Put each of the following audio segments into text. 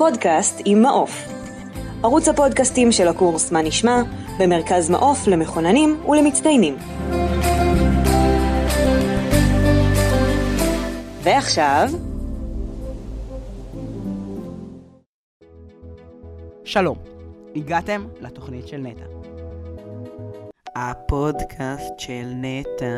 פודקאסט עם מעוף. ערוץ הפודקאסטים של הקורס מה נשמע במרכז מעוף למכוננים ולמצטיינים. ועכשיו שלום, הגעתם לתוכנית של נטע. הפודקאסט של נטע.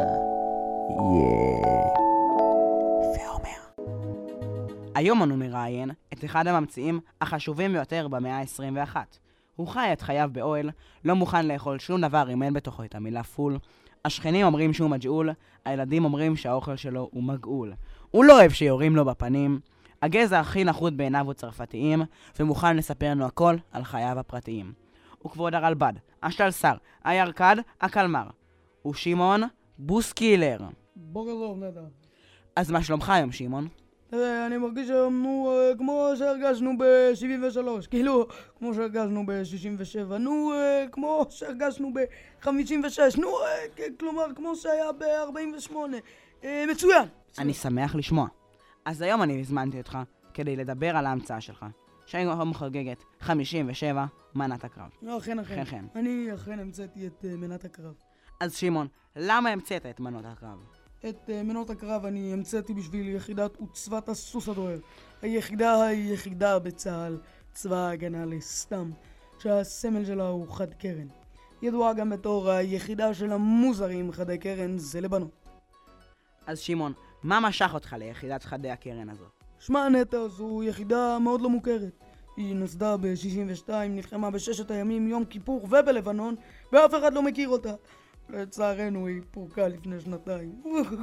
ועומר. היום אנו מראיין את אחד הממציאים החשובים ביותר במאה ה-21. הוא חי את חייו באוהל, לא מוכן לאכול שום דבר אם אין בתוכו את המילה פול. השכנים אומרים שהוא מג'עול, הילדים אומרים שהאוכל שלו הוא מגעול. הוא לא אוהב שיורים לו בפנים. הגזע הכי נחות בעיניו הוא צרפתיים, ומוכן לספר לנו הכל על חייו הפרטיים. הוא כבוד הרלב"ד, השלסר, הירקד, הקלמר. הוא שמעון בוסקילר. בוקר טוב, נטע. אז מה שלומך היום, שמעון? אני מרגיש היום, כמו שהרגשנו ב-73, כאילו, כמו שהרגשנו ב-67, כמו שהרגשנו ב-56, כלומר, כמו שהיה ב-48. מצוין. אני שמח לשמוע. אז היום אני הזמנתי אותך כדי לדבר על ההמצאה שלך, שהיום חוגגת 57 מנת הקרב. אכן. אני אכן המצאתי את מנת הקרב. אז שמעון, למה המצאת את מנות הקרב? את מנות הקרב אני המצאתי בשביל יחידת עוצבת הסוס הדוהר. היחידה בצה"ל, צבא ההגנה לסתם, שהסמל שלה הוא חד קרן. ידועה גם בתור היחידה של המוזרים חדי קרן, זה לבנות. אז שמעון, מה משך אותך ליחידת חדי הקרן הזאת? שמע נטע, זו יחידה מאוד לא מוכרת. היא נוסדה ב-62, נלחמה בששת הימים, יום כיפור ובלבנון, ואף אחד לא מכיר אותה. לצערנו היא פורקה לפני שנתיים.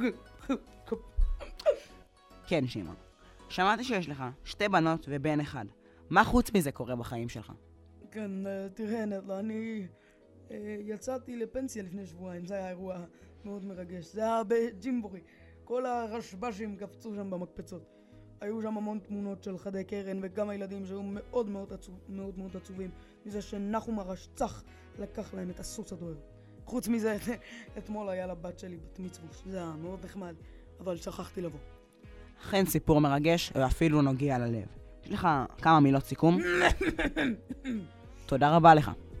כן, שמעון. שמעתי שיש לך 2 בנות ובן אחד. מה חוץ מזה קורה בחיים שלך? כן, תראה נטע, אני יצאתי לפנסיה לפני שבועיים. זה היה אירוע מאוד מרגש. זה היה בג'ימבורי. כל הרשב"שים קפצו שם במקפצות. היו שם המון תמונות של חדי קרן וגם הילדים שהיו מאוד מאוד עצובים מזה שנחום הרשצח לקח להם את הסוס הדוהר. חוץ מזה, אתמול היה לבת שלי בת מצווש. זה היה מאוד נחמד, אבל שכחתי לבוא. אכן סיפור מרגש ואפילו נוגע ללב. יש לך כמה מילות סיכום? תודה רבה לך.